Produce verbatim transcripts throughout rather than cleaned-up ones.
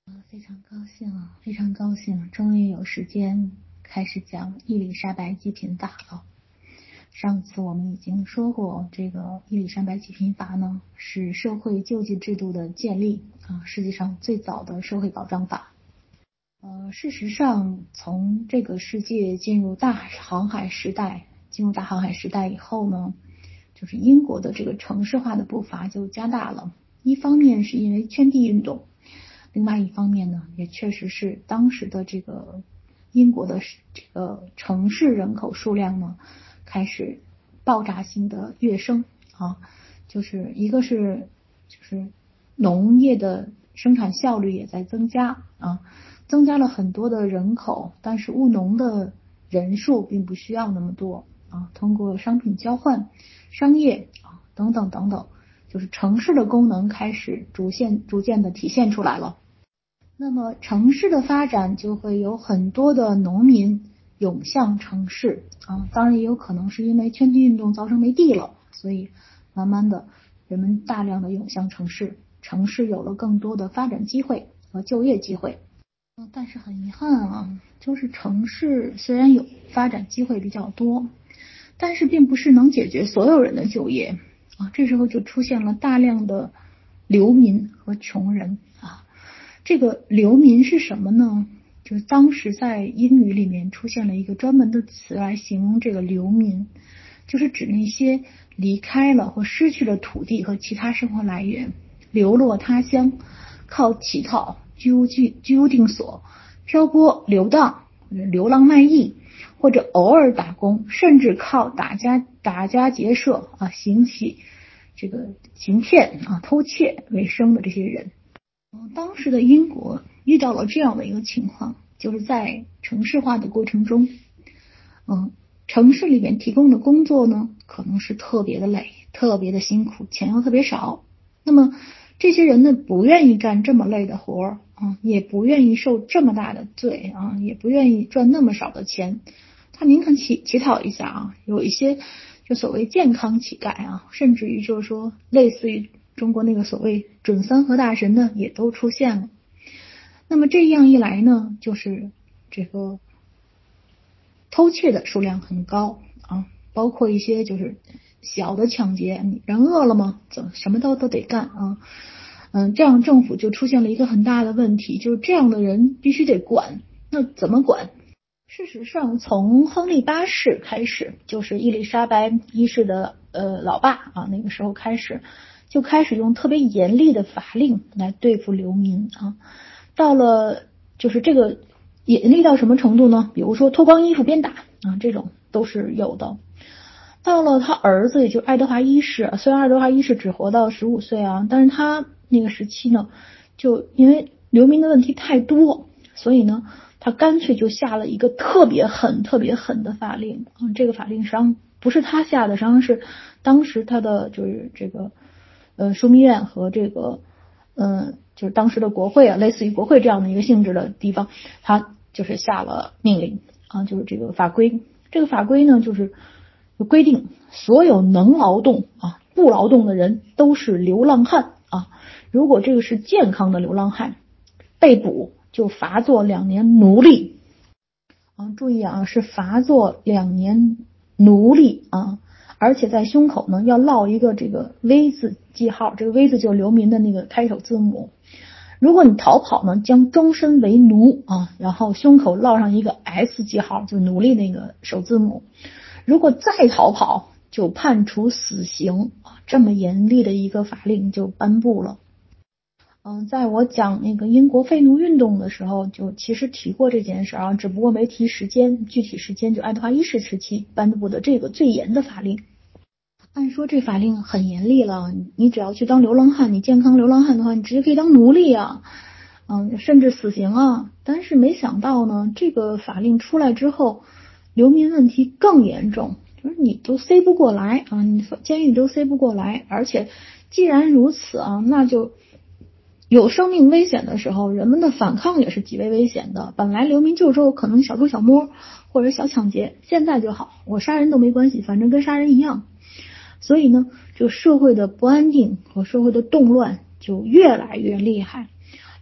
非常高兴啊，非常高兴，终于有时间开始讲伊丽莎白济贫法了。上次我们已经说过，这个伊丽莎白济贫法呢，是社会救济制度的建立啊，实际上最早的社会保障法。呃，事实上，从这个世界进入大航海时代，进入大航海时代以后呢，就是英国的这个城市化的步伐就加大了。一方面是因为圈地运动，另外一方面呢，也确实是当时的这个英国的这个城市人口数量呢开始爆炸性的跃升啊，就是一个是就是农业的生产效率也在增加啊，增加了很多的人口，但是务农的人数并不需要那么多啊，通过商品交换、商业啊等等等等，就是城市的功能开始逐渐逐渐的体现出来了。那么城市的发展就会有很多的农民涌向城市啊，当然也有可能是因为圈地运动造成没地了，所以慢慢的人们大量的涌向城市，城市有了更多的发展机会和就业机会。但是很遗憾啊，就是城市虽然有发展机会比较多，但是并不是能解决所有人的就业啊，这时候就出现了大量的流民和穷人啊。这个流民是什么呢？就是当时在英语里面出现了一个专门的词来形容这个流民，就是指那些离开了或失去了土地和其他生活来源，流落他乡，靠乞讨、居无居居无定所、漂泊流荡、流浪卖艺，或者偶尔打工，甚至靠打家打家劫舍啊，行乞这个行骗啊、偷窃为生的这些人。当时的英国遇到了这样的一个情况，就是在城市化的过程中，嗯，城市里面提供的工作呢，可能是特别的累，特别的辛苦，钱又特别少。那么这些人呢，不愿意干这么累的活儿啊，也不愿意受这么大的罪啊，也不愿意赚那么少的钱，他宁肯乞乞讨一下啊。有一些就所谓健康乞丐啊，甚至于就是说类似于中国那个所谓准三和大神呢，也都出现了。那么这样一来呢，就是这个偷窃的数量很高啊，包括一些就是小的抢劫，你人饿了吗？怎什么都都得干啊。嗯，这样政府就出现了一个很大的问题，就是这样的人必须得管。那怎么管？事实上，从亨利八世开始，就是伊丽莎白一世的呃老爸啊，那个时候开始就开始用特别严厉的法令来对付流民啊。到了就是这个严厉到什么程度呢？比如说脱光衣服鞭打啊，这种都是有的。到了他儿子，也就是爱德华一世，虽然爱德华一世只活到十五岁啊，但是他那个时期呢，就因为流民的问题太多，所以呢，他干脆就下了一个特别狠、特别狠的法令啊。这个法令实际上不是他下的，实际上是当时他的就是这个呃枢密院和这个嗯、呃、就是当时的国会啊，类似于国会这样的一个性质的地方，他就是下了命令啊，就是这个法规。这个法规呢，就是规定所有能劳动啊不劳动的人都是流浪汉啊。如果这个是健康的流浪汉，被捕就罚做两年奴隶啊。注意啊，是罚做两年奴隶啊，而且在胸口呢要烙一个这个 V 字记号，这个 V 字就是流民的那个开头字母。如果你逃跑呢，将终身为奴啊，然后胸口烙上一个 S 记号，就是奴隶那个首字母。如果再逃跑，就判处死刑啊！这么严厉的一个法令就颁布了。嗯，在我讲那个英国废奴运动的时候，就其实提过这件事啊，只不过没提时间，具体时间就爱德华一世时期颁布的这个最严的法令。按说这法令很严厉了，你只要去当流浪汉，你健康流浪汉的话，你直接可以当奴隶啊，嗯，甚至死刑啊。但是没想到呢，这个法令出来之后，流民问题更严重，就是你都塞不过来啊，你监狱都塞不过来，而且既然如此啊，那就有生命危险的时候，人们的反抗也是极为危险的。本来流民就是说可能小偷小摸或者小抢劫，现在就好，我杀人都没关系，反正跟杀人一样。所以呢，这个社会的不安定和社会的动乱就越来越厉害。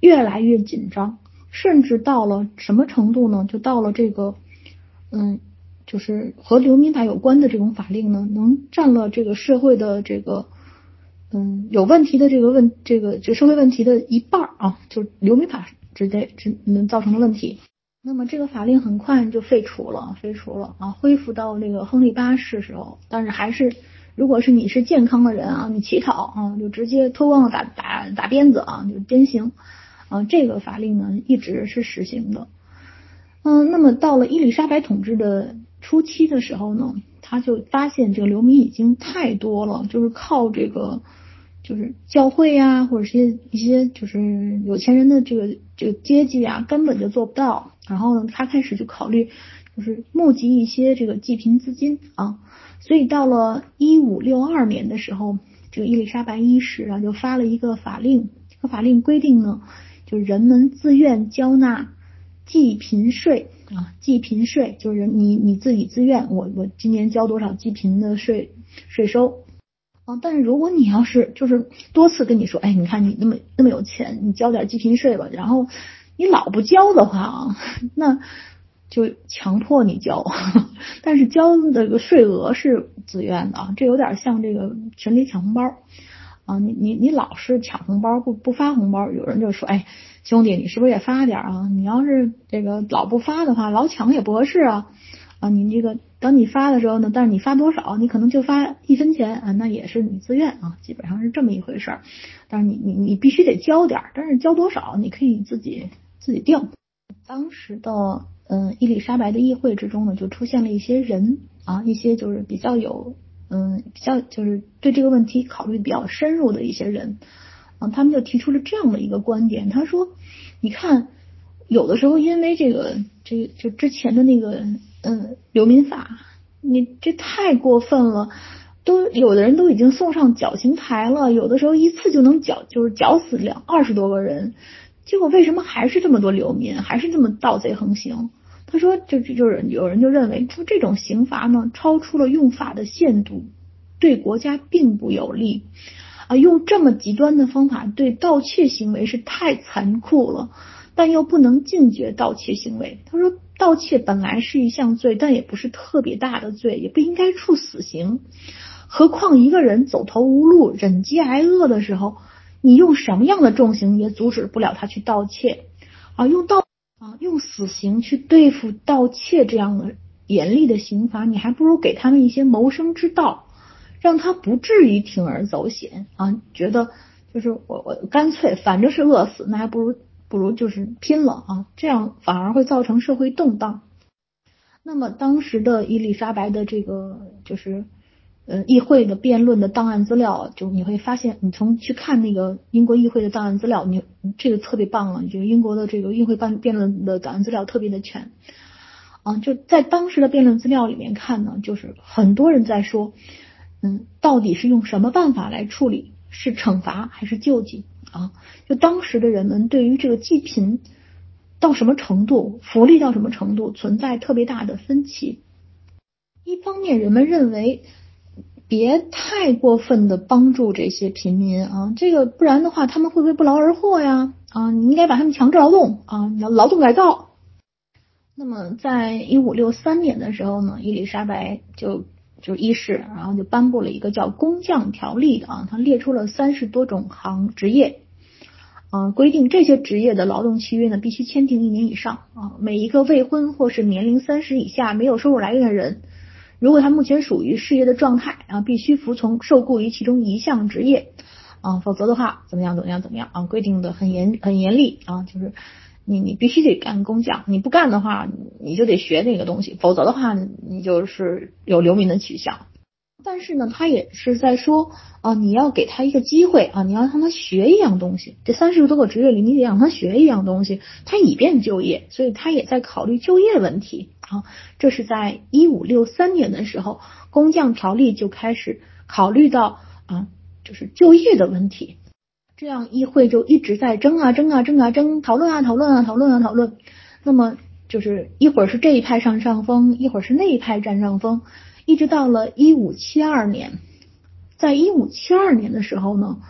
越来越紧张，甚至到了什么程度呢？就到了这个，嗯，就是和流民法有关的这种法令呢，能占了这个社会的这个，嗯，有问题的这个问这个这社会问题的一半啊，就流民法之内之能造成的问题。那么这个法令很快就废除了，废除了啊，恢复到那个亨利八世时候，但是还是，如果是你是健康的人啊，你乞讨啊，就直接脱光了打打打鞭子啊，就鞭刑啊，这个法令呢一直是实行的。嗯，那么到了伊丽莎白统治的初期的时候呢，他就发现这个流民已经太多了，就是靠这个。就是教会啊，或者是一些就是有钱人的这个这个阶级啊，根本就做不到。然后呢，他开始就考虑就是募集一些这个济贫资金啊。所以到了一五六二年的时候，这个伊丽莎白一世啊就发了一个法令，这个法令规定呢，就是人们自愿交纳济贫税啊，济贫税就是你你自己自愿，我我今年交多少济贫的税税收。啊，但是如果你要是就是多次跟你说，哎，你看你那么那么有钱，你交点济贫税吧，然后你老不交的话啊，那就强迫你交，但是交的这个税额是自愿的啊，这有点像这个群里抢红包啊，你你你老是抢红包不不发红包，有人就说，哎，兄弟你是不是也发点啊？你要是这个老不发的话，老抢也不合适啊。啊，你这个等你发的时候呢，但是你发多少，你可能就发一分钱啊，那也是你自愿啊，基本上是这么一回事儿。但是你你你必须得交点，但是交多少你可以自己自己定。当时的嗯伊丽莎白的议会之中呢，就出现了一些人啊，一些就是比较有嗯比较就是对这个问题考虑比较深入的一些人啊，他们就提出了这样的一个观点，他说，你看。有的时候因为这个这就之前的那个嗯流民法，你这太过分了，都有的人都已经送上绞刑台了，有的时候一次就能绞就是绞死两二十多个人，结果为什么还是这么多流民，还是这么盗贼横行？他说就就是有人就认为说这种刑罚呢超出了用法的限度，对国家并不有利啊，用这么极端的方法对盗窃行为是太残酷了。但又不能禁绝盗窃行为。他说，盗窃本来是一项罪，但也不是特别大的罪，也不应该处死刑。何况一个人走投无路、忍饥挨饿的时候，你用什么样的重刑也阻止不了他去盗窃啊！用盗啊用死刑去对付盗窃这样的严厉的刑罚，你还不如给他们一些谋生之道，让他不至于铤而走险啊！觉得就是我我干脆反正是饿死，那还不如。不如就是拼了啊，这样反而会造成社会动荡。那么当时的伊丽莎白的这个就是呃议会的辩论的档案资料，就你会发现，你从去看那个英国议会的档案资料，你这个特别棒了，这个英国的这个议会办辩论的档案资料特别的全啊，就在当时的辩论资料里面看呢，就是很多人在说，嗯，到底是用什么办法来处理，是惩罚还是救济？啊，就当时的人们对于这个济贫到什么程度，福利到什么程度，存在特别大的分歧。一方面，人们认为别太过分的帮助这些贫民啊，这个不然的话，他们会不会不劳而获呀？啊，你应该把他们强制劳动啊，劳动改造。那么，在一五六三年的时候呢，伊丽莎白就就一世，然后就颁布了一个叫工匠条例的啊，它列出了三十多种行职业。呃，规定这些职业的劳动契约呢，必须签订一年以上啊。每一个未婚或是年龄三十以下没有收入来源的人，如果他目前属于失业的状态啊，必须服从受雇于其中一项职业啊，否则的话怎么样怎么样怎么样啊？规定的很严很严厉啊，就是你你必须得干工匠，你不干的话，你就得学那个东西，否则的话，你就是有流民的取向。但是呢，他也是在说啊，你要给他一个机会啊，你要让他学一样东西。这三十多个职业里，你得让他学一样东西，他以便就业。所以他也在考虑就业问题啊。这是在一五六三年的时候，工匠条例就开始考虑到啊，就是就业的问题。这样议会就一直在争啊争啊争啊争，讨论啊讨论啊讨论啊讨论。那么就是一会儿是这一派上上风，一会儿是那一派占上风。一直到了一五七二年，在一五七二年的时候呢，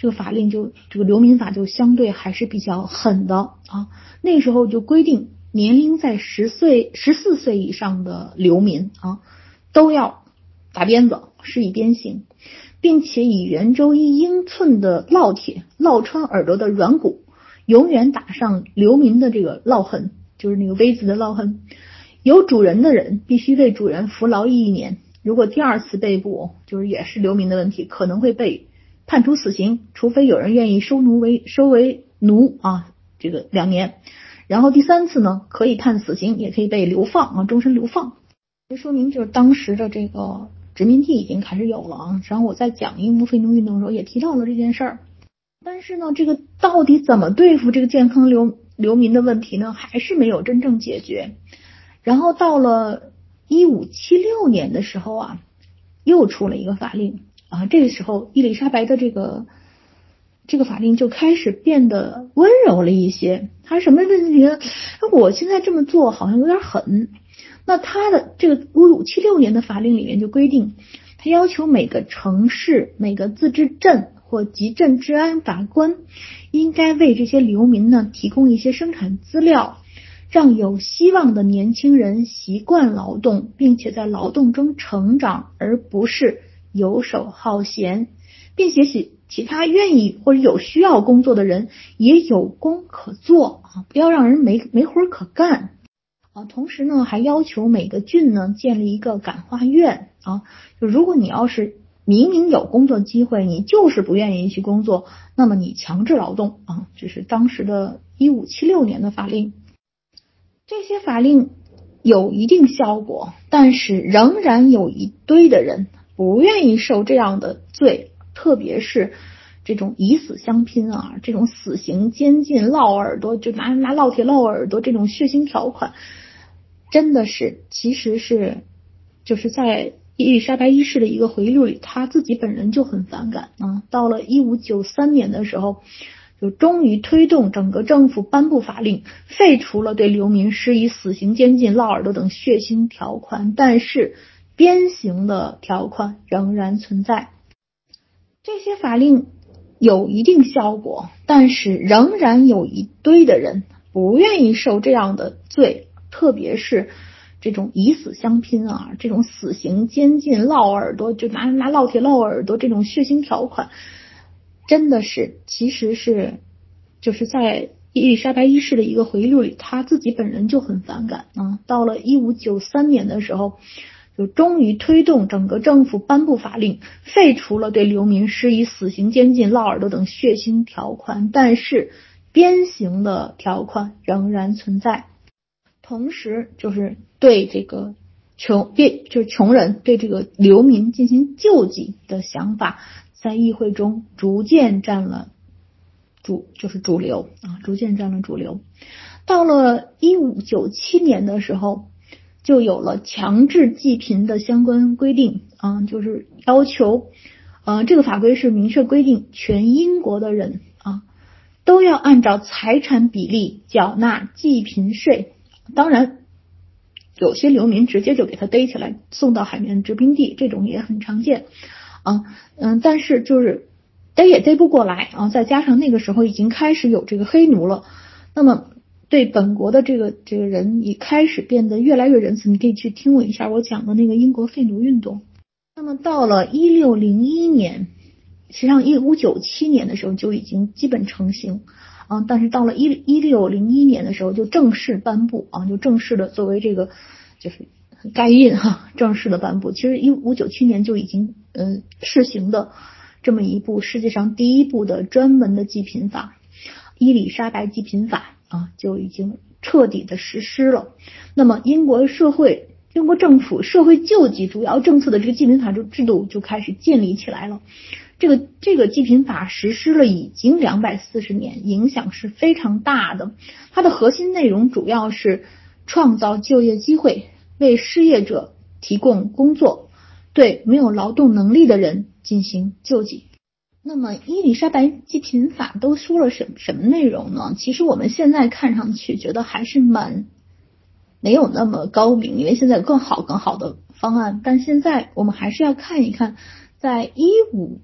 这个法令就这个流民法就相对还是比较狠的啊。那时候就规定年龄在十岁、十四岁以上的流民啊，都要打鞭子，施以鞭刑，并且以圆周一英寸的烙铁烙穿耳朵的软骨，永远打上流民的这个烙痕，就是那个 V 字的烙痕。有主人的人必须为主人服劳役一年，如果第二次被捕，就是也是流民的问题，可能会被判处死刑，除非有人愿意收奴为收为奴啊，这个两年。然后第三次呢，可以判死刑，也可以被流放啊，终身流放。这说明就是当时的这个殖民地已经开始有了啊。然后我在讲英国废奴运动的时候也提到了这件事儿。但是呢，这个到底怎么对付这个健康流流民的问题呢，还是没有真正解决。然后到了一五七六年的时候啊，又出了一个法令啊，这个时候伊丽莎白的这个这个法令就开始变得温柔了一些。他什么问题呢？我现在这么做好像有点狠。那他的这个一五七六年的法令里面就规定，他要求每个城市、每个自治镇或集镇治安法官应该为这些流民呢提供一些生产资料，让有希望的年轻人习惯劳动，并且在劳动中成长，而不是游手好闲，并且使其他愿意或者有需要工作的人也有工可做啊，不要让人没没活可干啊。同时呢，还要求每个郡呢建立一个感化院啊，就如果你要是明明有工作机会，你就是不愿意去工作，那么你强制劳动啊，这是当时的一五七六年的法令。这些法令有一定效果，但是仍然有一堆的人不愿意受这样的罪，特别是这种以死相拼啊，这种死刑、监禁、烙耳朵，就拿拿烙铁烙耳朵这种血腥条款，真的是其实是就是在伊丽莎白一世的一个回忆录里，他自己本人就很反感啊。到了一五九三年的时候，就终于推动整个政府颁布法令，废除了对流民施以死刑、监禁、烙耳朵等血腥条款，但是鞭刑的条款仍然存在。这些法令有一定效果，但是仍然有一堆的人不愿意受这样的罪，特别是这种以死相拼啊，这种死刑、监禁、烙耳朵，就拿拿烙铁烙耳朵这种血腥条款，真的是其实是就是在伊丽莎白一世的一个回忆录里，他自己本人就很反感啊。到了一五九三年的时候，就终于推动整个政府颁布法令，废除了对流民施以死刑、监禁、烙耳朵等血腥条款，但是鞭刑的条款仍然存在。同时就是对这个穷别就是穷人对这个流民进行救济的想法，在议会中逐渐占了主就是主流啊，逐渐占了主流。到了一五九七年的时候，就有了强制济贫的相关规定啊，就是要求呃这个法规是明确规定全英国的人啊都要按照财产比例缴纳济贫税。当然有些流民直接就给他逮起来送到海面殖民地，这种也很常见啊，嗯，但是就是逮也逮不过来啊，再加上那个时候已经开始有这个黑奴了，那么对本国的这个这个人也开始变得越来越仁慈。你可以去听我一下我讲的那个英国废奴运动。那么到了一六零一年，实际上一五九七年的时候就已经基本成型啊，但是到了一一六零一年的时候就正式颁布啊，就正式的作为这个就是盖印哈，正式的颁布。其实一五九七年就已经嗯、呃、试行的这么一部世界上第一部的专门的济贫法，伊丽莎白济贫法啊，就已经彻底的实施了。那么英国社会英国政府社会救济主要政策的这个济贫法制度就开始建立起来了。这个这个济贫法实施了已经两百四十年，影响是非常大的。它的核心内容主要是创造就业机会，为失业者提供工作，对没有劳动能力的人进行救济。那么伊丽莎白济贫法都说了什什么内容呢？其实我们现在看上去觉得还是蛮没有那么高明，因为现在有更好更好的方案，但现在我们还是要看一看在一五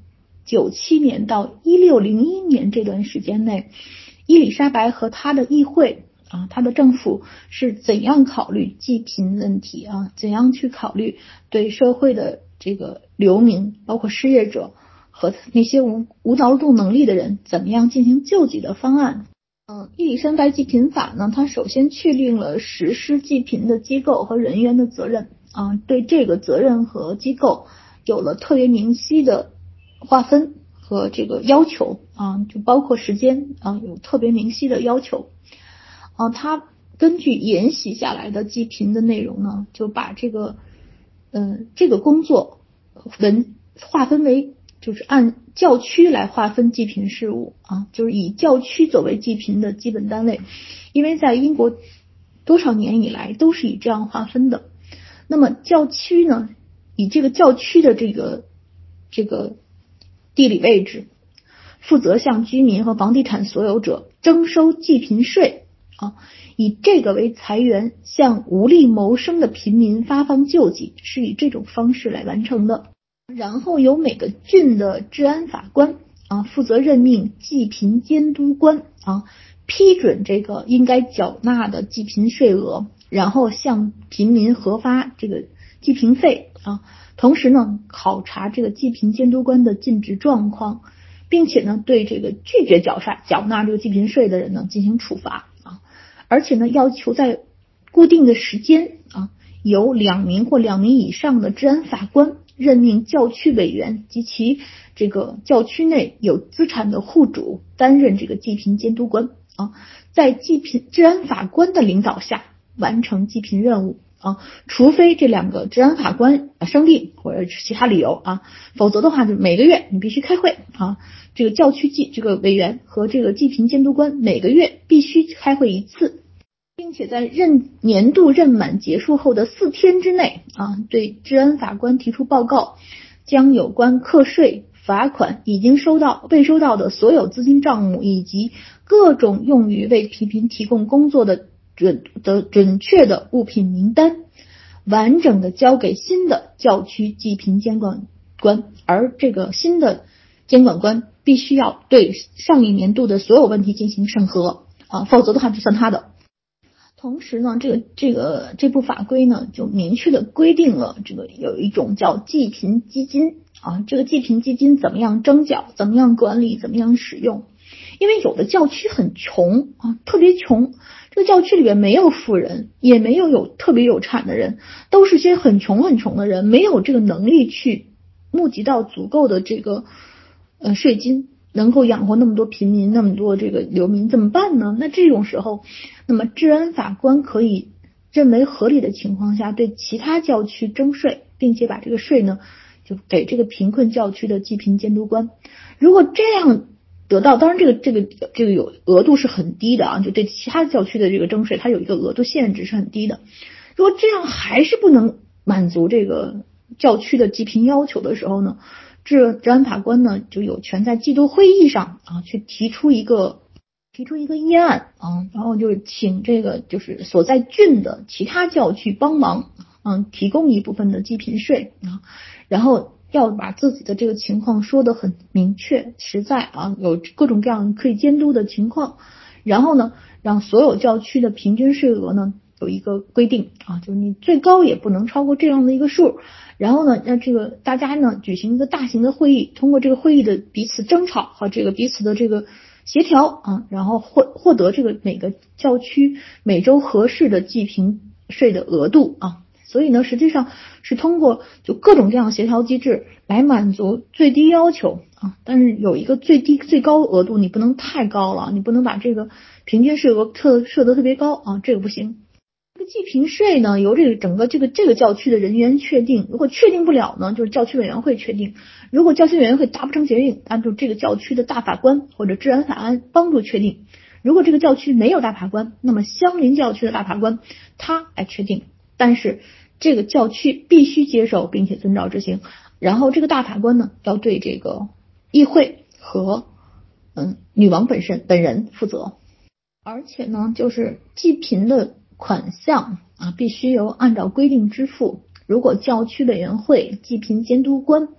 九七年到一六零一年这段时间内，伊丽莎白和她的议会啊，她的政府是怎样考虑济贫问题啊？怎样去考虑对社会的这个流民，包括失业者和那些无无劳动能力的人，怎么样进行救济的方案？嗯，伊丽莎白济贫法呢，它首先确定了实施济贫的机构和人员的责任啊，对这个责任和机构有了特别明晰的划分和这个要求啊，就包括时间啊，有特别明晰的要求。啊，它根据沿袭下来的济贫的内容呢，就把这个，呃，这个工作文划分为，就是按教区来划分济贫事务啊，就是以教区作为济贫的基本单位，因为在英国多少年以来都是以这样划分的。那么教区呢，以这个教区的这个这个地理位置，负责向居民和房地产所有者征收济贫税。啊，以这个为财源，向无力谋生的贫民发放救济，是以这种方式来完成的。然后由每个郡的治安法官啊，负责任命济贫监督官啊，批准这个应该缴纳的济贫税额，然后向贫民核发这个济贫费啊。同时呢，考察这个济贫监督官的尽职状况，并且呢，对这个拒绝缴纳缴纳这个济贫税的人呢进行处罚。而且呢，要求在固定的时间啊，由两名或两名以上的治安法官任命教区委员及其这个教区内有资产的户主担任这个济贫监督官啊，在济贫治安法官的领导下完成济贫任务啊，除非这两个治安法官生病或者是其他理由啊，否则的话就每个月你必须开会啊。这个教区济这个委员和这个济贫监督官每个月必须开会一次，并且在任年度任满结束后的四天之内啊，对治安法官提出报告，将有关课税、罚款已经收到、未收到的所有资金账目以及各种用于为贫民提供工作的准的准确的物品名单，完整的交给新的教区济贫监管官，而这个新的监管官必须要对上一年度的所有问题进行审核啊，否则的话就算他的。同时呢，这个这个这部法规呢，就明确的规定了这个有一种叫济贫基金啊，这个济贫基金怎么样征缴，怎么样管理，怎么样使用。因为有的教区很穷啊，特别穷，这个教区里边没有富人，也没有有特别有产的人，都是些很穷很穷的人，没有这个能力去募集到足够的这个呃税金，能够养活那么多贫民，那么多这个流民，怎么办呢？那这种时候，那么治安法官可以认为合理的情况下，对其他教区征税，并且把这个税呢，就给这个贫困教区的济贫监督官。如果这样得到，当然这个这个这个有额度是很低的啊，就对其他教区的这个征税，它有一个额度限制是很低的。如果这样还是不能满足这个教区的济贫要求的时候呢，治治安法官呢就有权在季度会议上啊去提出一个提出一个议案啊，然后就请这个就是所在郡的其他教区帮忙啊，提供一部分的济贫税啊，然后要把自己的这个情况说得很明确实在啊，有各种各样可以监督的情况，然后呢，让所有教区的平均税额呢有一个规定啊，就是你最高也不能超过这样的一个数，然后呢，让这个大家呢举行一个大型的会议，通过这个会议的彼此争吵和这个彼此的这个协调啊，然后获获得这个每个教区每周合适的济贫税的额度啊。所以呢，实际上是通过就各种各样协调机制来满足最低要求啊，但是有一个最低最高额度，你不能太高了，你不能把这个平均税额特设得特别高啊，这个不行。这个济贫税呢，由这个整个这个这个教区的人员确定，如果确定不了呢，就是教区委员会确定；如果教区委员会达不成决定，那就这个教区的大法官或者治安法官帮助确定。如果这个教区没有大法官，那么相邻教区的大法官他来确定。但是这个教区必须接受并且遵照执行，然后这个大法官呢要对这个议会和嗯女王本身本人负责，而且呢就是济贫的款项啊必须由按照规定支付。如果教区委员会、济贫监督官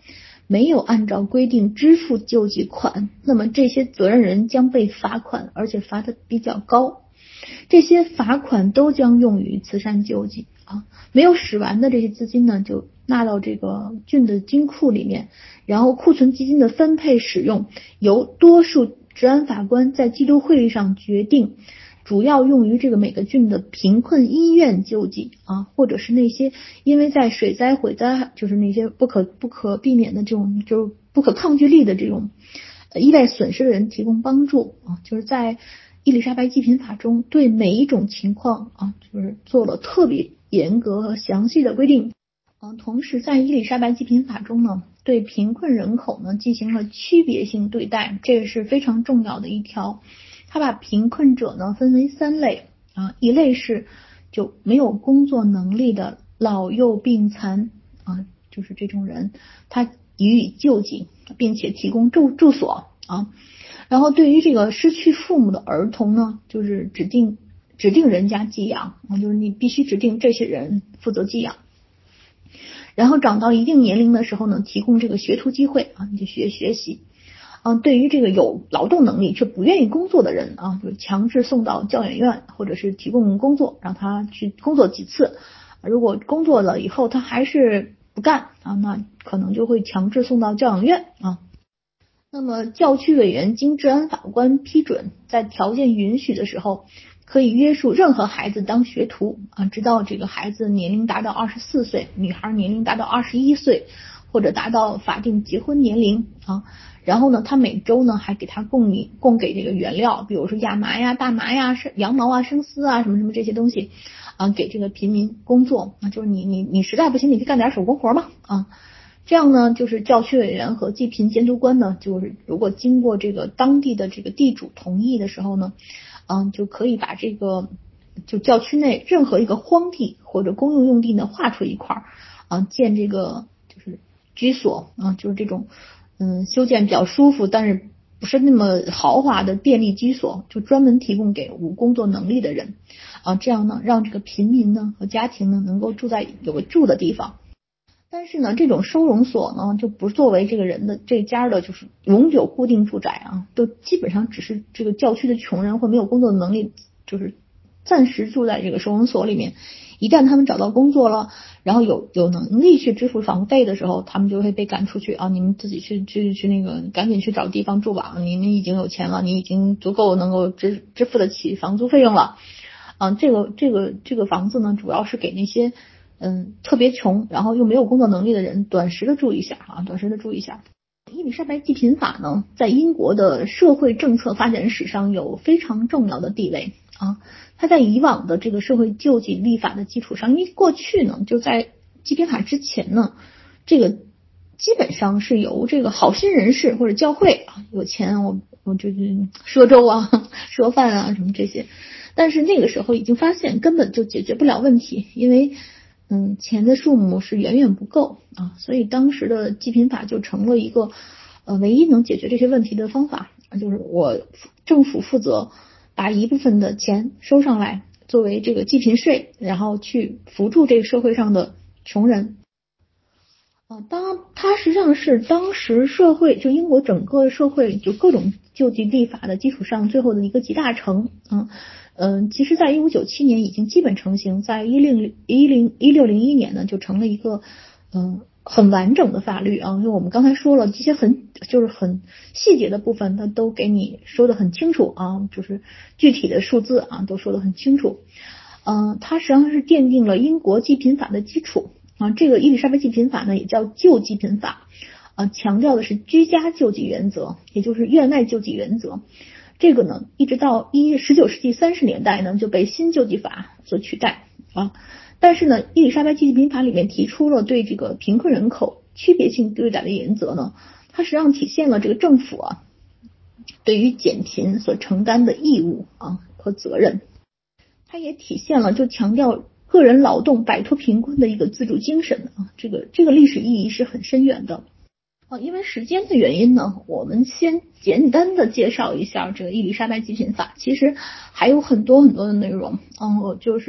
没有按照规定支付救济款，那么这些责任人将被罚款，而且罚的比较高。这些罚款都将用于慈善救济啊，没有使完的这些资金呢，就纳到这个郡的金库里面，然后库存基金的分配使用由多数治安法官在季度会议上决定，主要用于这个每个郡的贫困医院救济啊，或者是那些因为在水灾、毁灾，就是那些不可不可避免的这种就是不可抗拒力的这种意外损失的人提供帮助啊，就是在伊丽莎白济贫法中对每一种情况啊，就是做了特别严格和详细的规定。嗯，同时在伊丽莎白济贫法中呢，对贫困人口呢进行了区别性对待，这也是非常重要的一条。他把贫困者呢分为三类啊，一类是就没有工作能力的老幼病残啊，就是这种人，他予以救济，并且提供住住所啊。然后对于这个失去父母的儿童呢，就是指定指定人家寄养，就是你必须指定这些人负责寄养。然后长到一定年龄的时候呢，提供这个学徒机会啊，你就学学习。嗯，对于这个有劳动能力却不愿意工作的人啊，就强制送到教养院，或者是提供工作，让他去工作几次。如果工作了以后他还是不干啊，那可能就会强制送到教养院啊。那么教区委员经治安法官批准，在条件允许的时候，可以约束任何孩子当学徒啊，直到这个孩子年龄达到二十四岁，女孩年龄达到二十一岁，或者达到法定结婚年龄啊。然后呢，他每周呢还给他供你供给这个原料，比如说亚麻呀、大麻呀、羊毛啊、生丝啊什么什么这些东西啊，给这个平民工作啊，就是你你你实在不行，你可以干点手工活嘛啊。这样呢，就是教区委员和济贫监督官呢，就是如果经过这个当地的这个地主同意的时候呢，嗯，就可以把这个就教区内任何一个荒地或者公用用地呢划出一块啊，建这个就是居所啊，就是这种嗯修建比较舒服，但是不是那么豪华的便利居所，就专门提供给无工作能力的人啊，这样呢，让这个平民呢和家庭呢能够住在有个住的地方。但是呢，这种收容所呢，就不作为这个人的这家的，就是永久固定住宅啊，都基本上只是这个教区的穷人或没有工作的能力，就是暂时住在这个收容所里面。一旦他们找到工作了，然后有有能力去支付房费的时候，他们就会被赶出去啊！你们自己去去去那个，赶紧去找地方住吧！你们已经有钱了，你已经足够能够支支付得起房租费用了啊！这个这个这个房子呢，主要是给那些。嗯，特别穷，然后又没有工作能力的人，短时的住一下啊，短时的住一下。伊丽莎白济贫法呢，在英国的社会政策发展史上有非常重要的地位啊。它在以往的这个社会救济立法的基础上，因为过去呢，就在济贫法之前呢，这个基本上是由这个好心人士或者教会啊，有钱我我就赊粥啊、赊饭啊什么这些，但是那个时候已经发现根本就解决不了问题，因为。嗯，钱的数目是远远不够啊，所以当时的济贫法就成了一个呃唯一能解决这些问题的方法，就是我政府负责把一部分的钱收上来作为这个济贫税，然后去扶助这个社会上的穷人。啊，当它实际上是当时社会就英国整个社会就各种救济立法的基础上最后的一个集大成啊。嗯，其实在一五九七年已经基本成型，在一零一零一六零一年呢就成了一个嗯很完整的法律啊，因为我们刚才说了这些很就是很细节的部分，它都给你说得很清楚啊，就是具体的数字啊都说得很清楚。嗯，它实际上是奠定了英国济贫法的基础啊。这个伊丽莎白济贫法呢也叫救济贫法啊，强调的是居家救济原则，也就是院外救济原则。这个呢，一直到一十九世纪三十年代呢，就被新救济法所取代啊。但是呢，伊丽莎白济贫法里面提出了对这个贫困人口区别性对待的原则呢，它实际上体现了这个政府啊对于减贫所承担的义务啊和责任。它也体现了就强调个人劳动摆脱贫困的一个自主精神啊，这个这个历史意义是很深远的。哦，因为时间的原因呢，我们先简单的介绍一下这个伊丽莎白济贫法，其实还有很多很多的内容，嗯，我就是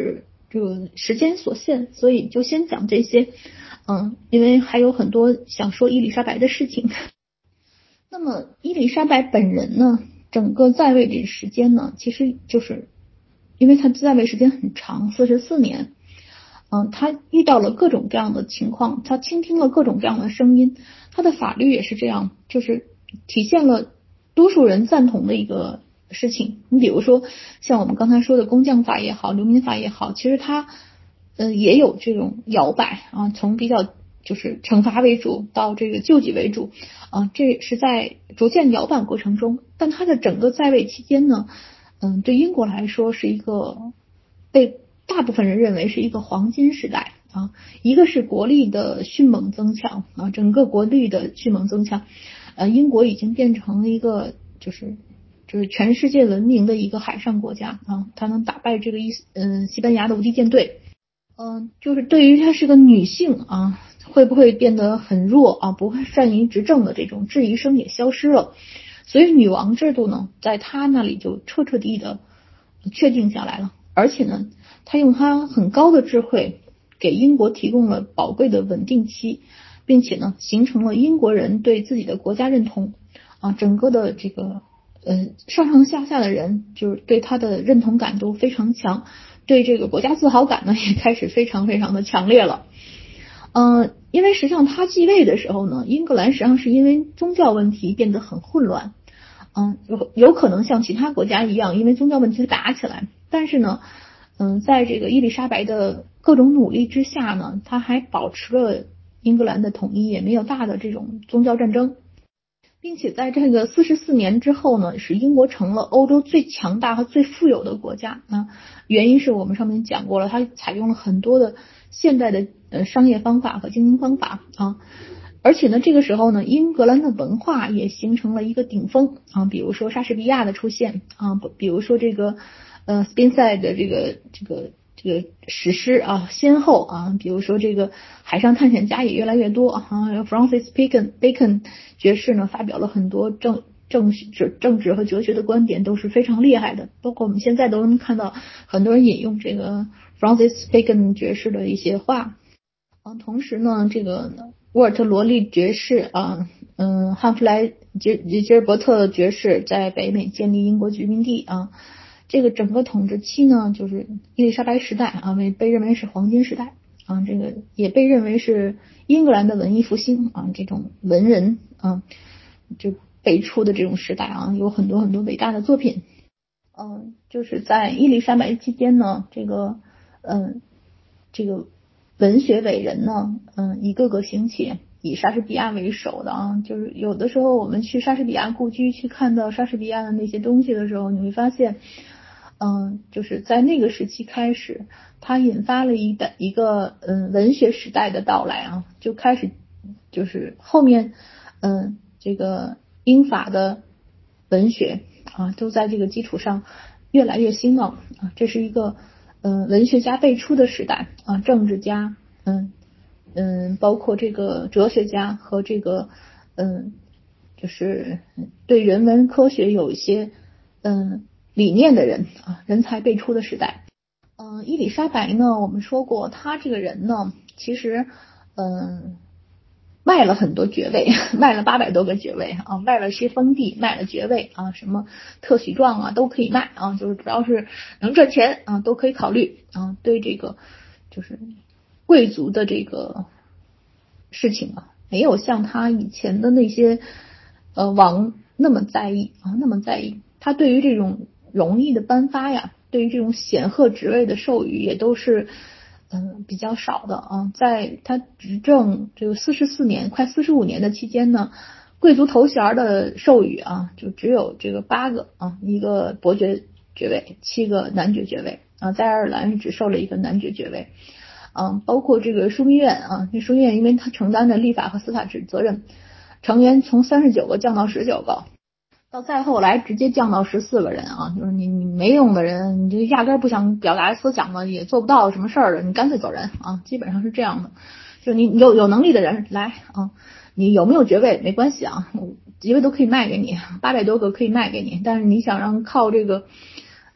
这个时间所限，所以就先讲这些。嗯，因为还有很多想说伊丽莎白的事情。那么伊丽莎白本人呢，整个在位的时间呢，其实就是因为她在位时间很长，四十四年。嗯，她遇到了各种各样的情况，她倾听了各种各样的声音，她的法律也是这样，就是体现了多数人赞同的一个事情。你比如说像我们刚才说的工匠法也好，流民法也好，其实它呃也有这种摇摆啊，从比较就是惩罚为主到这个救济为主啊，这是在逐渐摇摆过程中。但他的整个在位期间呢，嗯，对英国来说是一个被大部分人认为是一个黄金时代啊，一个是国力的迅猛增强啊，整个国力的迅猛增强，呃，英国已经变成了一个就是就是全世界闻名的一个海上国家啊，它能打败这个伊嗯、呃、西班牙的无敌舰队。嗯、呃，就是对于她是个女性啊，会不会变得很弱啊，不会善于执政的这种质疑声也消失了。所以女王制度呢，在她那里就彻彻底底的确定下来了。而且呢，她用她很高的智慧给英国提供了宝贵的稳定期，并且呢，形成了英国人对自己的国家认同啊，整个的这个呃上上下下的人就是对她的认同感都非常强，对这个国家自豪感呢也开始非常非常的强烈了。嗯、呃，因为实际上他继位的时候呢，英格兰实际上是因为宗教问题变得很混乱。嗯，有有可能像其他国家一样，因为宗教问题打起来。但是呢，嗯，在这个伊丽莎白的各种努力之下呢，他还保持了英格兰的统一，也没有大的这种宗教战争，并且在这个四十四年之后呢，使英国成了欧洲最强大和最富有的国家啊。原因是我们上面讲过了，它采用了很多的现代的呃商业方法和经营方法啊。而且呢，这个时候呢，英格兰的文化也形成了一个顶峰啊，比如说莎士比亚的出现啊，比如说这个呃斯宾塞的这个这个这个史诗啊先后啊，比如说这个海上探险家也越来越多啊 ，Francis Bacon Bacon 爵士呢发表了很多政政治政治和哲学的观点都是非常厉害的，包括我们现在都能看到很多人引用这个 Francis Bacon 爵士的一些话。啊，同时呢，这个沃尔特罗利爵士啊，嗯，汉弗莱杰杰尔伯特爵士在北美建立英国殖民地啊，这个整个统治期呢，就是伊丽莎白时代啊，被被认为是黄金时代啊，这个也被认为是英格兰的文艺复兴啊，这种文人啊就辈出的这种时代啊，有很多很多伟大的作品。嗯，就是在伊丽莎白期间呢，这个嗯，这个文学伟人呢，嗯，一个个兴起，以莎士比亚为首的啊，就是有的时候我们去莎士比亚故居去看到莎士比亚的那些东西的时候，你会发现，嗯，就是在那个时期开始，它引发了一代一个嗯文学时代的到来啊，就开始就是后面嗯这个英法的文学啊都在这个基础上越来越兴旺啊，这是一个嗯文学家辈出的时代啊，政治家嗯嗯包括这个哲学家和这个嗯就是对人文科学有一些嗯理念的人啊，人才辈出的时代。嗯，伊丽莎白呢，我们说过，她这个人呢，其实嗯卖了很多爵位，卖了八百多个爵位啊，卖了些封地，卖了爵位啊，什么特许状啊都可以卖啊，就是只要是能赚钱啊都可以考虑啊，对这个就是贵族的这个事情啊，没有像他以前的那些呃王那么在意啊，那么在意。他对于这种荣誉的颁发呀，对于这种显赫职位的授予也都是嗯、呃、比较少的啊。在他执政这个四十四年快四十五年的期间呢，贵族头衔的授予啊，就只有这个八个啊，一个伯爵爵位，七个男爵爵位啊，在爱尔兰只授了一个男爵爵位。嗯，包括这个枢密院啊，这枢密院因为他承担着立法和司法职责任，成员从三十九个降到十九个，到再后来直接降到十四个人啊，就是你你没用的人，你就压根不想表达思想的，也做不到什么事儿的，你干脆走人啊，基本上是这样的。就你有有能力的人来啊，你有没有爵位没关系啊，爵位都可以卖给你，八百多个可以卖给你，但是你想让靠这个。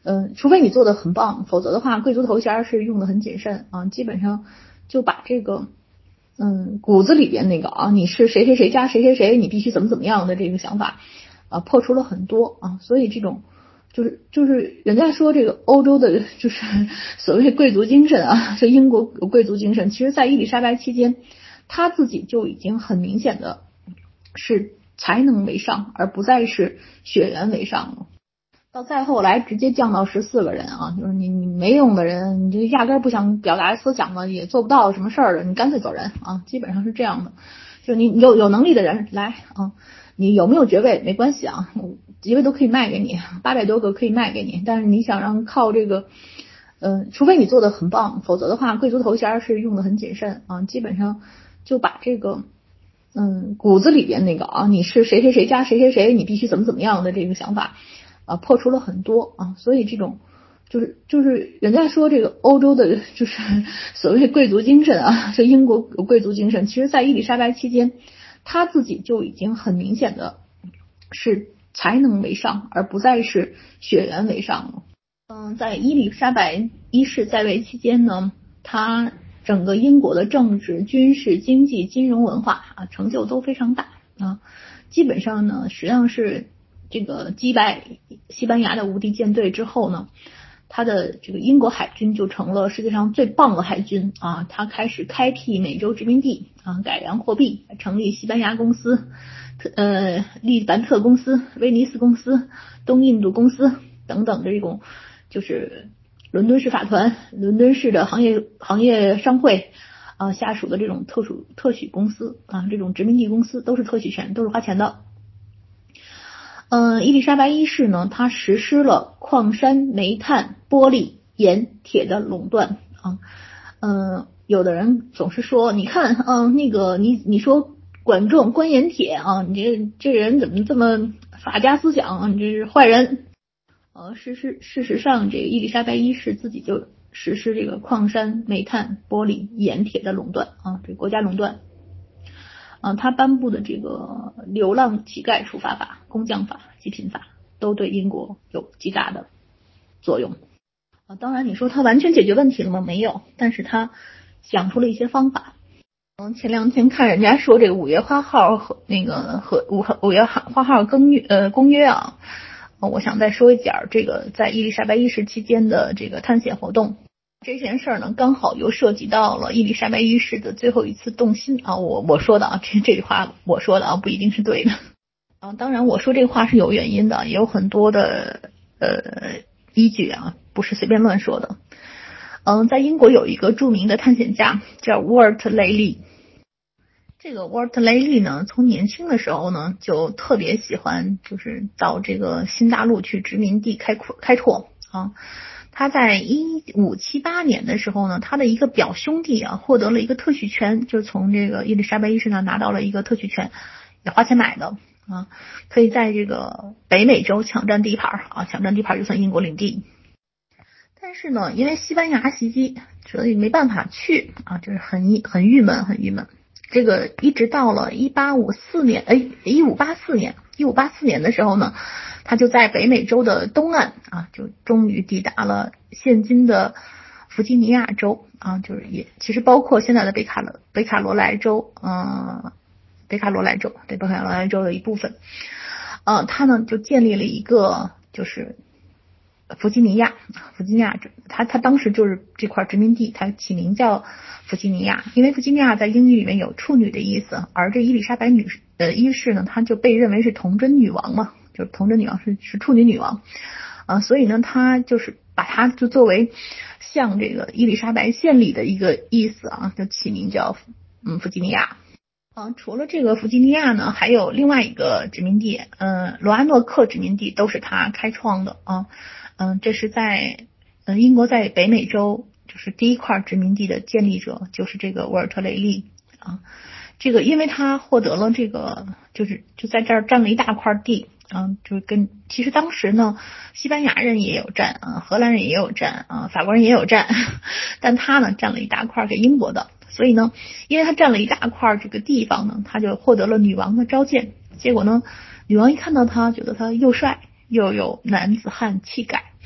嗯，除非你做的很棒，否则的话，贵族头衔是用的很谨慎啊，基本上就把这个嗯骨子里边那个啊，你是谁谁谁加谁谁谁，你必须怎么怎么样的这个想法啊，破除了很多啊，所以这种就是就是人家说这个欧洲的就是所谓贵族精神啊，是英国有贵族精神，其实在伊丽莎白期间，他自己就已经很明显的是才能为上，而不再是血缘为上了。到再后来直接降到十四个人啊，就是你你没用的人，你就压根不想表达思想了，也做不到什么事儿了，你干脆走人啊，基本上是这样的。就你有有能力的人来啊，你有没有爵位没关系啊，爵位都可以卖给你，八百多个可以卖给你，但是你想让靠这个，嗯，除非你做的很棒，否则的话，贵族头衔是用的很谨慎啊，基本上就把这个。嗯，骨子里边那个啊，你是谁谁谁加谁谁谁，你必须怎么怎么样的这个想法啊，破除了很多啊，所以这种就是就是人家说这个欧洲的就是所谓贵族精神啊，是英国有贵族精神，其实在伊丽莎白期间，他自己就已经很明显的是才能为上，而不再是血缘为上了。嗯，在伊丽莎白一世在位期间呢，他整个英国的政治、军事、经济、金融、文化啊，成就都非常大啊。基本上呢，实际上是这个击败西班牙的无敌舰队之后呢，他的这个英国海军就成了世界上最棒的海军啊。他开始开辟美洲殖民地啊，改良货币，成立西班牙公司、特呃利凡特公司、威尼斯公司、东印度公司等等的这种，就是伦敦市法团、伦敦市的行业行业商会啊下属的这种特殊特许公司啊，这种殖民地公司都是特许权，都是花钱的。嗯，伊丽莎白一世呢，他实施了矿山、煤炭、玻璃、盐、铁的垄断啊。嗯，有的人总是说，你看，嗯，那个你你说管仲、官盐铁啊，你这这人怎么这么法家思想啊？你这是坏人。呃，事实事实上，这个伊丽莎白一世自己就实施这个矿山、煤炭、玻璃、盐、铁的垄断啊，这国家垄断。啊，他颁布的这个流浪乞丐处罚法、工匠法、极贫法，都对英国有极大的作用。啊，当然你说他完全解决问题了吗？没有，但是他想出了一些方法。嗯，前两天看人家说这个五月花号和那个和五五月花号公约呃公约啊。我想再说一点这个在伊丽莎白一世期间的这个探险活动。这件事儿呢，刚好又涉及到了伊丽莎白一世的最后一次动心啊，我我说的啊，这这句话我说的啊，不一定是对的啊。当然，我说这话是有原因的，也有很多的呃依据啊，不是随便乱说的。嗯，在英国有一个著名的探险家叫沃尔特雷利。这个沃尔特雷利呢，从年轻的时候呢，就特别喜欢，就是到这个新大陆去殖民地开阔开拓啊。他在一五七八年的时候呢，他的一个表兄弟啊，获得了一个特许权，就从这个伊丽莎白一世那拿到了一个特许权，也花钱买的啊，可以在这个北美洲抢占地盘啊，抢占地盘就算英国领地。但是呢，因为西班牙袭击，所以没办法去啊，就是很很郁闷，很郁闷。这个一直到了一八五四年，哎，一五八四年，一五八四年的时候呢，他就在北美洲的东岸啊，就终于抵达了现今的弗吉尼亚州啊，就是也其实包括现在的北卡罗北卡罗来州，嗯，北卡罗来州对北卡罗来州的一部分。呃，他呢就建立了一个就是弗吉尼亚，弗吉尼亚，他他当时就是这块殖民地，他起名叫弗吉尼亚，因为弗吉尼亚在英语里面有处女的意思，而这伊丽莎白女士呃一世呢，她就被认为是童贞女王嘛，就是童贞女王是是处女女王，啊、呃，所以呢，他就是把它就作为像这个伊丽莎白献礼的一个意思啊，就起名叫嗯弗吉尼亚。啊，除了这个弗吉尼亚呢，还有另外一个殖民地，嗯，罗阿诺克殖民地都是他开创的啊。嗯，这是在嗯英国在北美洲就是第一块殖民地的建立者就是这个沃尔特雷利啊。这个因为他获得了这个就是就在这儿占了一大块地啊，就是跟其实当时呢西班牙人也有占啊，荷兰人也有占啊，法国人也有占，但他呢占了一大块给英国的。所以呢，因为他占了一大块这个地方呢，他就获得了女王的召见。结果呢，女王一看到他，觉得他又帅又有男子汉气概，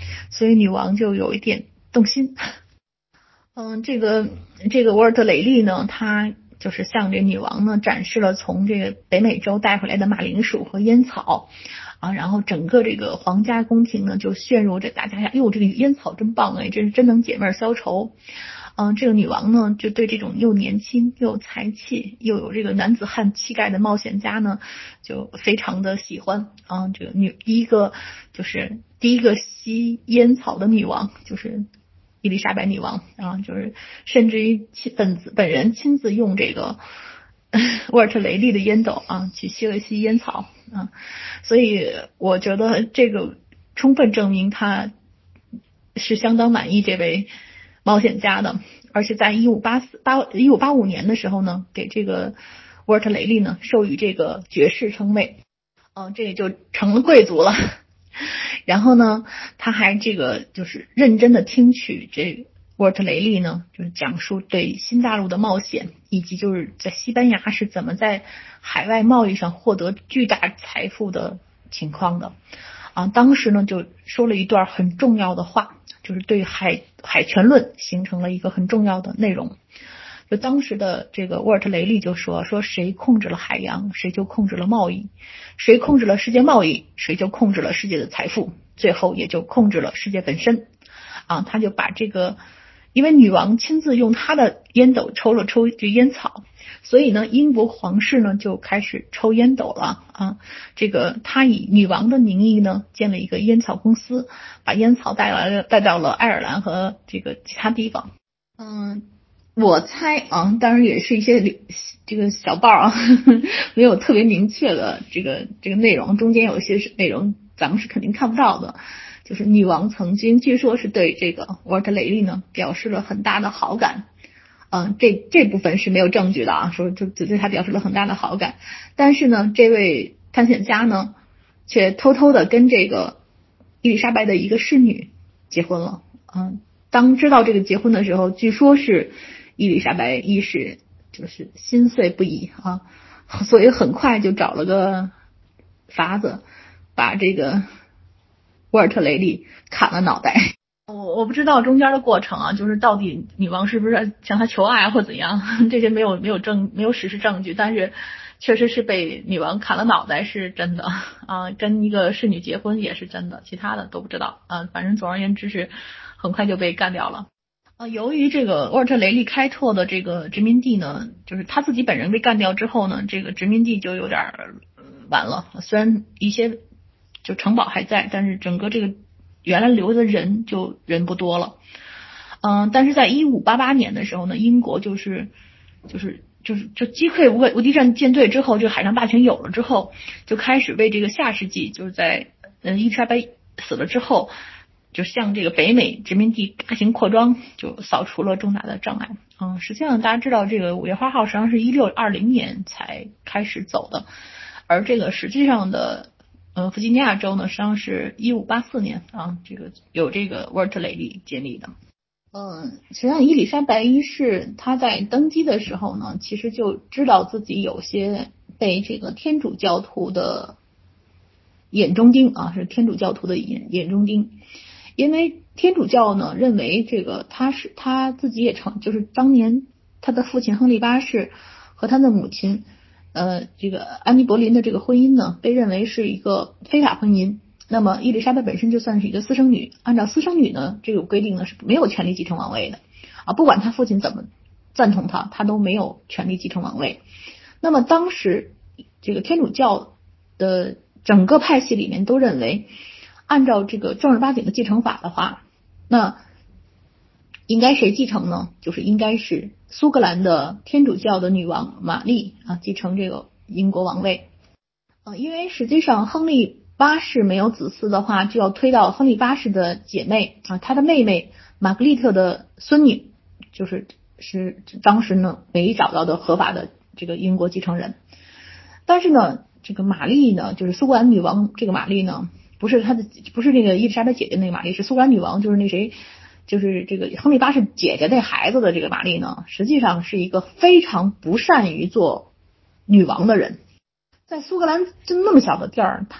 所以女王就有一点动心。嗯，这个这个沃尔特雷利呢，他就是向这女王呢展示了从这个北美洲带回来的马铃薯和烟草啊，然后整个这个皇家宫廷呢就陷入这大家呀，哟，这个烟草真棒哎，这是真能解闷消愁。嗯，这个女王呢就对这种又年轻又有才气又有这个男子汉气概的冒险家呢就非常的喜欢啊。这个女第一个就是第一个吸烟草的女王就是伊丽莎白女王啊，就是甚至于本本人亲自用这个沃尔特雷利的烟斗啊去吸了吸烟草啊，所以我觉得这个充分证明他是相当满意这位冒险家的，而且在一五八四八一五八五年的时候呢，给这个沃尔特雷利呢授予这个爵士称谓，嗯，这也就成了贵族了。然后呢，他还这个就是认真的听取这沃尔特雷利呢，就是讲述对新大陆的冒险，以及就是在西班牙是怎么在海外贸易上获得巨大财富的情况的。啊，当时呢就说了一段很重要的话，就是对海海权论形成了一个很重要的内容。就当时的这个沃尔特雷利就说说谁控制了海洋，谁就控制了贸易，谁控制了世界贸易，谁就控制了世界的财富，最后也就控制了世界本身。啊，他就把这个，因为女王亲自用她的烟斗抽了抽这烟草，所以呢，英国皇室呢就开始抽烟斗了啊。这个他以女王的名义呢建了一个烟草公司，把烟草带来了带到了爱尔兰和这个其他地方。嗯。我猜啊，当然也是一些这个小报啊，呵呵没有特别明确的这个这个内容，中间有一些内容咱们是肯定看不到的。就是女王曾经据说是对这个沃尔特雷利呢表示了很大的好感，嗯，这这部分是没有证据的啊，说就就对他表示了很大的好感，但是呢，这位探险家呢却偷偷的跟这个伊丽莎白的一个侍女结婚了，嗯，当知道这个结婚的时候，据说是伊丽莎白一世就是心碎不已啊，所以很快就找了个法子把这个沃尔特雷利砍了脑袋。我我不知道中间的过程啊，就是到底女王是不是向他求爱或怎样，这些没有没有证没有史实证据，但是确实是被女王砍了脑袋是真的啊，跟一个侍女结婚也是真的，其他的都不知道啊，反正总而言之是很快就被干掉了。呃，由于这个沃尔特雷利开拓的这个殖民地呢，就是他自己本人被干掉之后呢，这个殖民地就有点完了。虽然一些就城堡还在，但是整个这个原来留的人就人不多了。嗯、呃，但是在一五八八年的时候呢，英国就是就是就是就击溃无无敌战舰队之后，这个海上霸权有了之后，就开始为这个下世纪就是在嗯伊丽莎白死了之后。就向这个北美殖民地大型扩张，就扫除了重大的障碍。嗯，实际上大家知道，这个五月花号实际上是一六二零年才开始走的，而这个实际上的呃弗吉尼亚州呢，实际上是一五八四年啊，这个有这个沃尔特雷利建立的。嗯，实际上伊丽莎白一世她在登基的时候呢，其实就知道自己有些被这个天主教徒的眼中钉啊，是天主教徒的眼眼中钉。因为天主教呢认为这个他是他自己也成，就是当年他的父亲亨利八世和他的母亲呃这个安妮博林的这个婚姻呢被认为是一个非法婚姻。那么伊丽莎白本身就算是一个私生女，按照私生女呢这个规定呢是没有权利继承王位的啊，不管他父亲怎么赞同他，他都没有权利继承王位。那么当时这个天主教的整个派系里面都认为，按照这个正儿八经的继承法的话，那应该谁继承呢？就是应该是苏格兰的天主教的女王玛丽啊继承这个英国王位。呃，因为实际上亨利八世没有子嗣的话，就要推到亨利八世的姐妹啊，他的妹妹玛格丽特的孙女，就是是当时呢唯一找到的合法的这个英国继承人。但是呢，这个玛丽呢，就是苏格兰女王这个玛丽呢。不是他的，不是那个伊丽莎白姐姐那个玛丽，是苏格兰女王，就是那谁，就是这个亨利八世姐姐那孩子的这个玛丽呢，实际上是一个非常不善于做女王的人。在苏格兰就那么小的地儿，她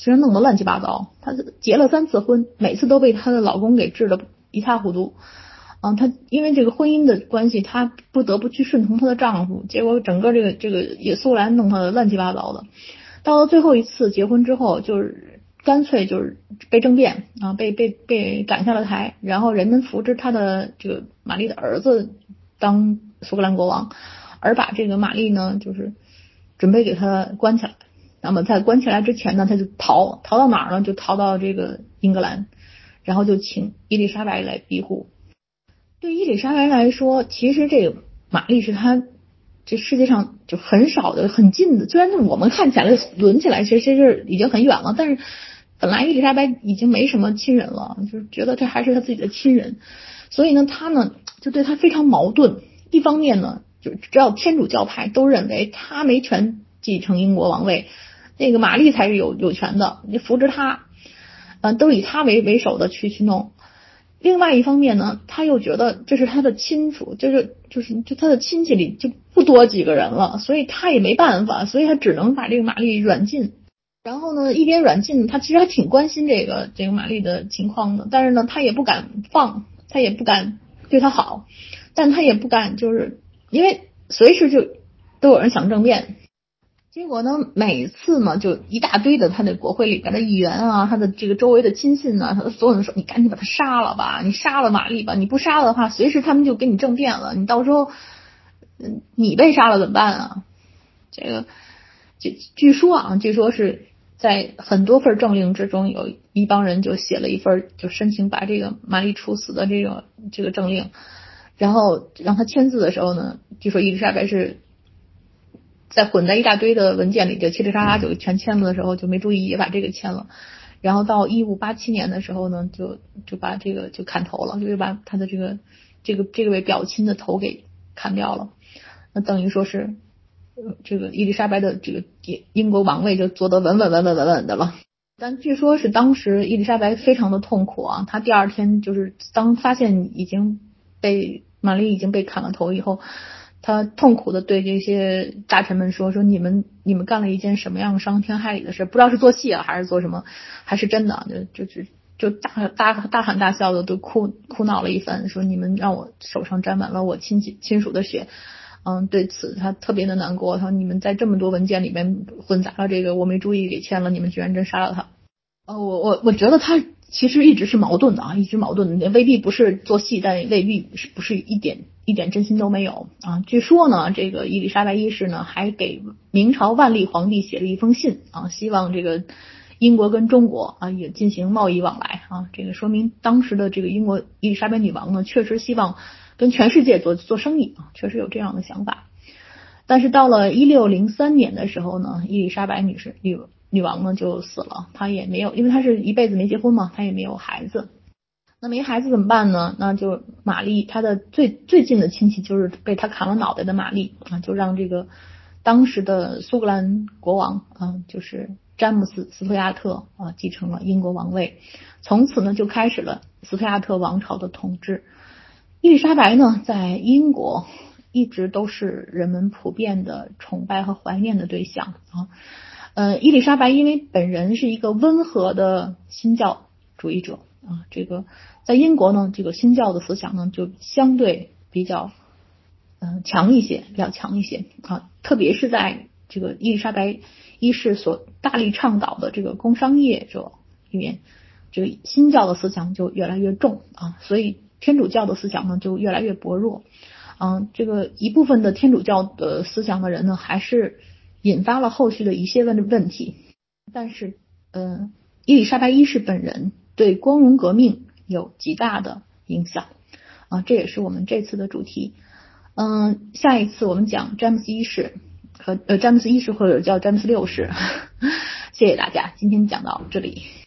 其实弄得乱七八糟。她结了三次婚，每次都被她的老公给治得一塌糊涂。嗯，她因为这个婚姻的关系，她不得不去顺从她的丈夫，结果整个这个这个也苏格兰弄得乱七八糟的。到了最后一次结婚之后，就是干脆就是被政变啊，被被被赶下了台，然后人们扶植他的这个玛丽的儿子当苏格兰国王，而把这个玛丽呢，就是准备给他关起来。那么在关起来之前呢，他就逃，逃到哪儿呢？就逃到这个英格兰，然后就请伊丽莎白来庇护。对伊丽莎白来说，其实这个玛丽是她这世界上就很少的、很近的，虽然我们看起来轮起来，其实其实已经很远了，但是本来伊丽莎白已经没什么亲人了，就是觉得这还是她自己的亲人，所以呢，她呢就对她非常矛盾。一方面呢，就只要天主教派都认为她没权继承英国王位，那个玛丽才是有有权的，你扶植她，嗯、呃，都以她为为首的去去弄。另外一方面呢，他又觉得这是他的亲属，就是就是就他的亲戚里就不多几个人了，所以他也没办法，所以他只能把这个玛丽软禁。然后呢，一边软禁，他其实还挺关心这个这个玛丽的情况的，但是呢，他也不敢放，他也不敢对他好，但他也不敢就是因为随时就都有人想政变。结果呢，每次呢就一大堆的他的国会里边的议员啊，他的这个周围的亲信啊，他所有人说你赶紧把他杀了吧，你杀了玛丽吧，你不杀了的话，随时他们就给你政变了，你到时候，嗯，你被杀了怎么办啊？这个，据据说啊，据说是在很多份政令之中，有一帮人就写了一份，就申请把这个玛丽处死的这个这个政令，然后让他签字的时候呢，据说伊丽莎白是。在混在一大堆的文件里，就嘁哩喳喳就全签了的时候，就没注意也把这个签了。然后到一五八七年的时候呢，就就把这个就砍头了，就是把他的这个这个这位表亲的头给砍掉了。那等于说是，呃，这个伊丽莎白的这个英国王位就坐得稳稳稳稳稳稳的了。但据说是当时伊丽莎白非常的痛苦啊，她第二天就是当发现已经被玛丽已经被砍了头以后。他痛苦的对这些大臣们说：“说你们你们干了一件什么样伤天害理的事？不知道是做戏啊，还是做什么，还是真的？就就就大大大喊大笑的都哭哭闹了一番，说你们让我手上沾满了我亲戚亲属的血。嗯，对此他特别的难过。他说你们在这么多文件里面混杂了这个，我没注意给签了，你们居然真杀了他。呃，我我我觉得他。”其实一直是矛盾的啊，一直矛盾的，未必不是做戏，但未必是不是一点一点真心都没有啊。据说呢，这个伊丽莎白一世呢还给明朝万历皇帝写了一封信啊，希望这个英国跟中国啊也进行贸易往来啊。这个说明当时的这个英国伊丽莎白女王呢，确实希望跟全世界做做生意啊，确实有这样的想法。但是到了一六零三年的时候呢，伊丽莎白女士女女王呢就死了，她也没有，因为她是一辈子没结婚嘛，她也没有孩子。那没孩子怎么办呢？那就玛丽，她的最最近的亲戚就是被她砍了脑袋的玛丽啊，就让这个当时的苏格兰国王啊，就是詹姆斯斯图亚特啊继承了英国王位，从此呢就开始了斯图亚特王朝的统治。伊丽莎白呢，在英国一直都是人们普遍的崇拜和怀念的对象啊。呃，伊丽莎白因为本人是一个温和的新教主义者啊，这个在英国呢，这个新教的思想呢就相对比较嗯、呃、强一些，比较强一些啊，特别是在这个伊丽莎白一世所大力倡导的这个工商业者里面，这个新教的思想就越来越重啊，所以天主教的思想呢就越来越薄弱。嗯，这个一部分的天主教的思想的人呢，还是引发了后续的一些问问题。但是，呃，伊丽莎白一世本人对光荣革命有极大的影响啊，这也是我们这次的主题。嗯，下一次我们讲詹姆斯一世和呃詹姆斯一世或者叫詹姆斯六世。谢谢大家，今天讲到这里。